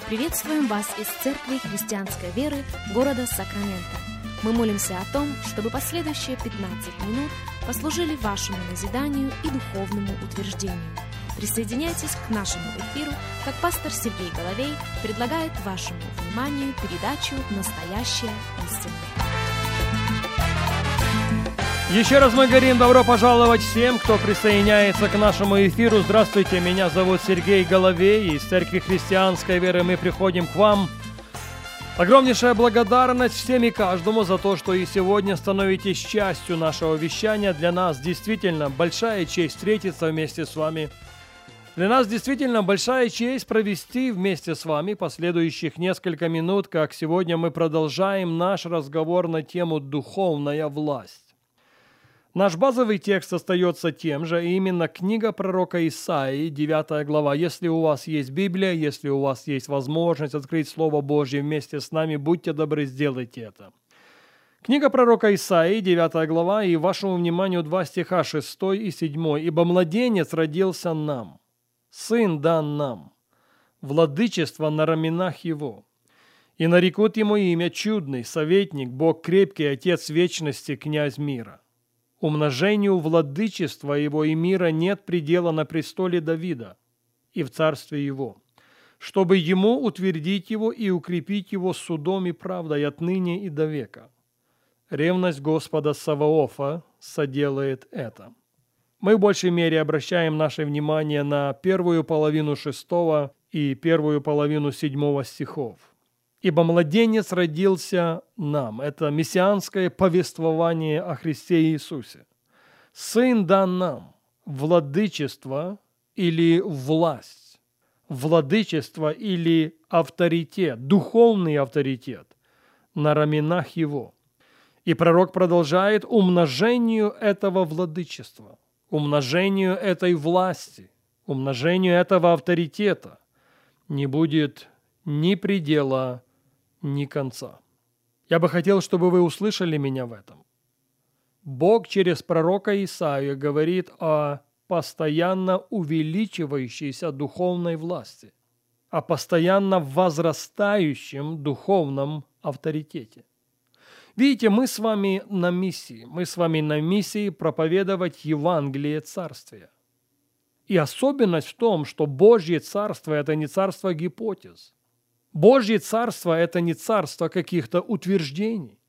Приветствуем вас из Церкви Христианской Веры города Сакраменто. Мы молимся о том, чтобы последующие 15 минут послужили вашему назиданию и духовному утверждению. Присоединяйтесь к нашему эфиру, как пастор Сергей Головей предлагает вашему вниманию передачу «Настоящая истина». Еще раз мы говорим добро пожаловать всем, кто присоединяется к нашему эфиру. Здравствуйте, меня зовут Сергей Головей, из Церкви Христианской Веры мы приходим к вам. Огромнейшая благодарность всем и каждому за то, что и сегодня становитесь частью нашего вещания. Для нас действительно большая честь встретиться вместе с вами. Для нас действительно большая честь провести вместе с вами последующих несколько минут, как сегодня мы продолжаем наш разговор на тему «Духовная власть». Наш базовый текст остается тем же, именно книга пророка Исаии, 9 глава. Если у вас есть Библия, если у вас есть возможность открыть Слово Божье вместе с нами, будьте добры, сделайте это. Книга пророка Исаии, 9 глава, и вашему вниманию 2 стиха 6 и 7. «Ибо младенец родился нам, сын дан нам, владычество на раменах его, и нарекут ему имя чудный, советник, Бог крепкий, Отец вечности, князь мира». Умножению владычества его и мира нет предела на престоле Давида и в царстве его, чтобы ему утвердить его и укрепить его судом и правдой отныне и до века. Ревность Господа Саваофа соделает это. Мы в большей мере обращаем наше внимание на первую половину 6 и первую половину 7 стихов. «Ибо младенец родился нам». Это мессианское повествование о Христе Иисусе. «Сын дан нам, владычество или власть, владычество или авторитет, духовный авторитет на раменах его». И пророк продолжает: умножению этого владычества, умножению этой власти, умножению этого авторитета не будет ни предела, ни конца. Я бы хотел, чтобы вы услышали меня в этом. Бог через пророка Исаию говорит о постоянно увеличивающейся духовной власти, о постоянно возрастающем духовном авторитете. Видите, мы с вами на миссии. Мы с вами на миссии проповедовать Евангелие Царствия. И особенность в том, что Божье Царство – это не царство гипотез. Божье Царство – это не царство каких-то утверждений.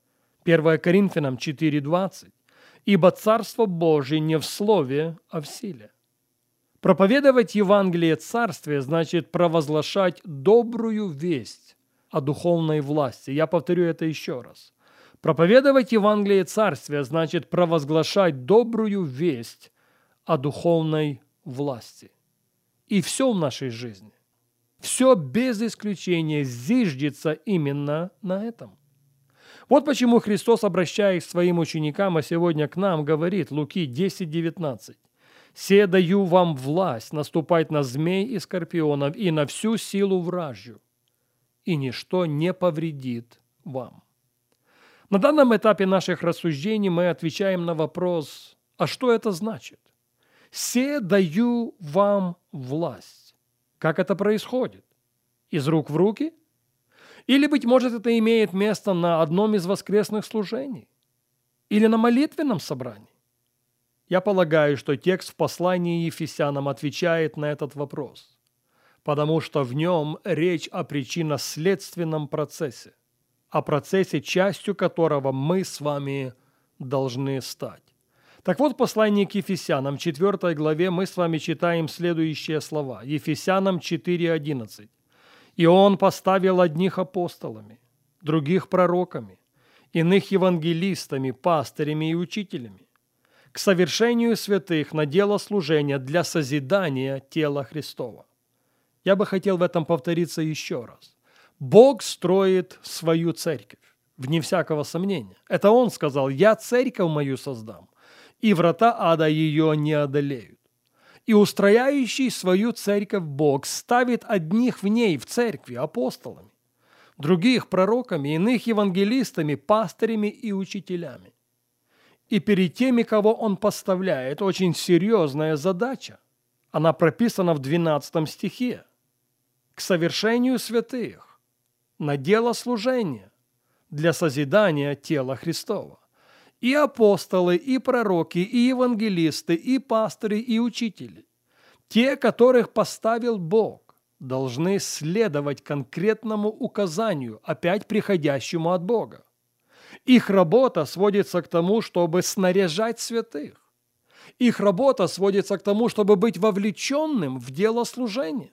1 Коринфянам 4:20. «Ибо Царство Божие не в слове, а в силе». Проповедовать Евангелие Царствия значит провозглашать добрую весть о духовной власти. Я повторю это еще раз. Проповедовать Евангелие Царствия значит провозглашать добрую весть о духовной власти. И все в нашей жизни, все без исключения зиждется именно на этом. Вот почему Христос, обращаясь к своим ученикам, а сегодня к нам, говорит, Луки 10:19: «Се даю вам власть наступать на змей и скорпионов и на всю силу вражью, и ничто не повредит вам». На данном этапе наших рассуждений мы отвечаем на вопрос: а что это значит? «Се даю вам власть». Как это происходит? Из рук в руки? Или, быть может, это имеет место на одном из воскресных служений? Или на молитвенном собрании? Я полагаю, что текст в послании Ефесянам отвечает на этот вопрос, потому что в нем речь о причинно-следственном процессе, о процессе, частью которого мы с вами должны стать. Так вот, в послании к Ефесянам, 4 главе, мы с вами читаем следующие слова. Ефесянам 4:11. «И Он поставил одних апостолами, других пророками, иных евангелистами, пастырями и учителями, к совершению святых на дело служения для созидания тела Христова». Я бы хотел в этом повториться еще раз. Бог строит свою церковь, вне всякого сомнения. Это Он сказал: «Я церковь мою создам, и врата ада ее не одолеют». И устрояющий свою церковь Бог ставит одних в ней, в церкви, апостолами, других пророками, иных евангелистами, пастырями и учителями. И перед теми, кого Он поставляет, очень серьезная задача. Она прописана в 12 стихе. к совершению святых, на дело служения, для созидания тела Христова. И апостолы, и пророки, и евангелисты, и пастыри, и учители, те, которых поставил Бог, должны следовать конкретному указанию, опять приходящему от Бога. Их работа сводится к тому, чтобы снаряжать святых. Их работа сводится к тому, чтобы быть вовлеченным в дело служения.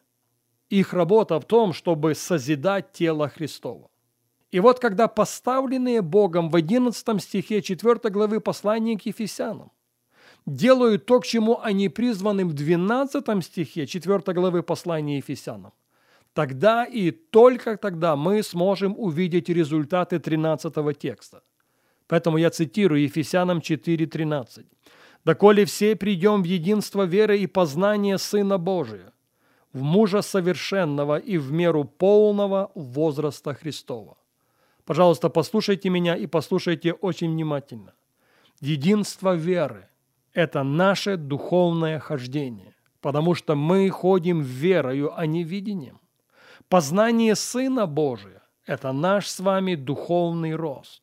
Их работа в том, чтобы созидать тело Христово. И вот когда поставленные Богом в 11 стихе 4 главы послания к Ефесянам делают то, к чему они призваны в 12 стихе 4 главы послания Ефесянам, тогда и только тогда мы сможем увидеть результаты 13 текста. Поэтому я цитирую Ефесянам 4:13. «Доколе все придем в единство веры и познания Сына Божия, в мужа совершенного и в меру полного возраста Христова». Пожалуйста, послушайте меня и послушайте очень внимательно. Единство веры – это наше духовное хождение, потому что мы ходим верою, а не видением. Познание Сына Божия – это наш с вами духовный рост.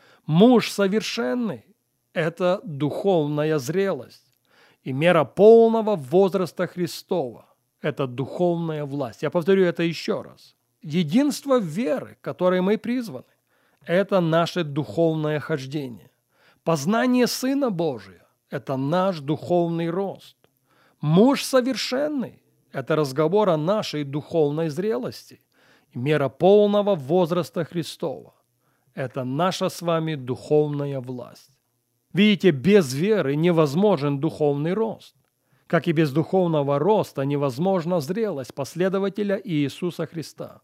Муж совершенный – это духовная зрелость. И мера полного возраста Христова – это духовная власть. Я повторю это еще раз. Единство веры, к которой мы призваны, это наше духовное хождение. Познание Сына Божия – это наш духовный рост. Муж совершенный – это разговор о нашей духовной зрелости. И мера полного возраста Христова – это наша с вами духовная власть. Видите, без веры невозможен духовный рост. Как и без духовного роста невозможна зрелость последователя Иисуса Христа.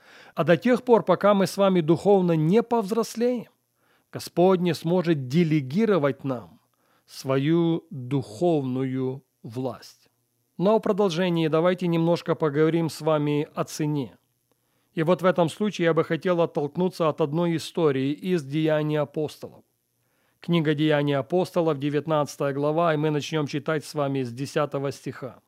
А до тех пор, пока мы с вами духовно не повзрослеем, Господь не сможет делегировать нам свою духовную власть. Но в продолжении давайте немножко поговорим с вами о цене. И вот в этом случае я бы хотел оттолкнуться от одной истории из Деяний апостолов. Книга Деяний апостолов, 19 глава, и мы начнем читать с вами с 10 стиха.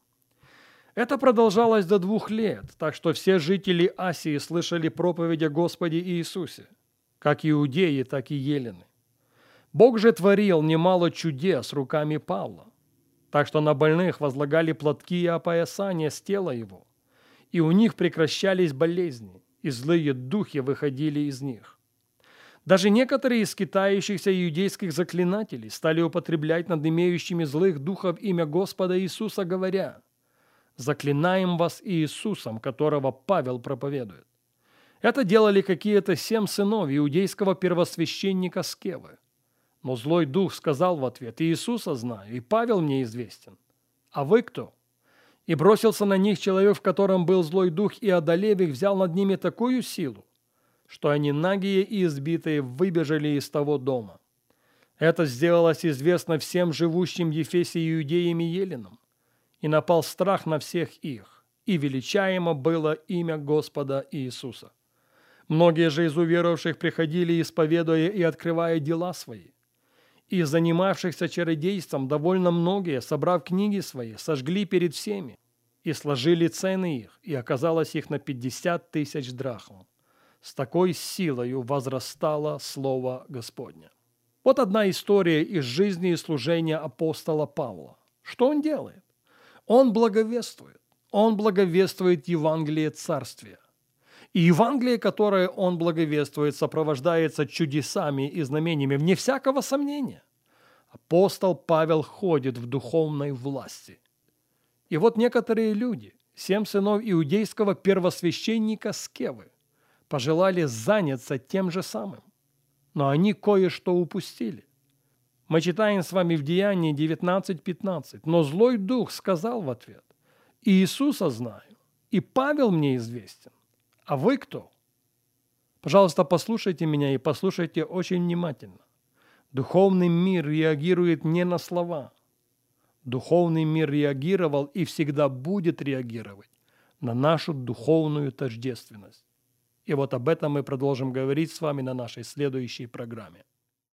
Это продолжалось до 2 лет, так что все жители Асии слышали проповедь о Господе Иисусе, как иудеи, так и елены. Бог же творил немало чудес руками Павла, так что на больных возлагали платки и опоясания с тела его, и у них прекращались болезни, и злые духи выходили из них. Даже некоторые из скитающихся иудейских заклинателей стали употреблять над имеющими злых духов имя Господа Иисуса, говоря: «Заклинаем вас Иисусом, которого Павел проповедует». Это делали какие-то 7 сынов иудейского первосвященника Скевы. Но злой дух сказал в ответ: «Иисуса знаю, и Павел мне известен. А вы кто?» И бросился на них человек, в котором был злой дух, и, одолев их, взял над ними такую силу, что они, нагие и избитые, выбежали из того дома. Это сделалось известно всем живущим в Ефесе иудеям и еленам, и напал страх на всех их, и величаемо было имя Господа Иисуса. Многие же из уверовавших приходили, исповедуя и открывая дела свои. И занимавшихся чародейством довольно многие, собрав книги свои, сожгли перед всеми, и сложили цены их, и оказалось их на 50 000 драхм. С такой силою возрастало Слово Господне. Вот одна история из жизни и служения апостола Павла. Что он делает? Он благовествует. Он благовествует Евангелие Царствия. И Евангелие, которое он благовествует, сопровождается чудесами и знамениями, вне всякого сомнения. Апостол Павел ходит в духовной власти. И вот некоторые люди, 7 сынов иудейского первосвященника Скевы, пожелали заняться тем же самым, но они кое-что упустили. Мы читаем с вами в Деянии 19:15. «Но злой дух сказал в ответ: Иисуса знаю, и Павел мне известен. А вы кто?» Пожалуйста, послушайте меня и послушайте очень внимательно. Духовный мир реагирует не на слова. Духовный мир реагировал и всегда будет реагировать на нашу духовную тождественность. И вот об этом мы продолжим говорить с вами на нашей следующей программе.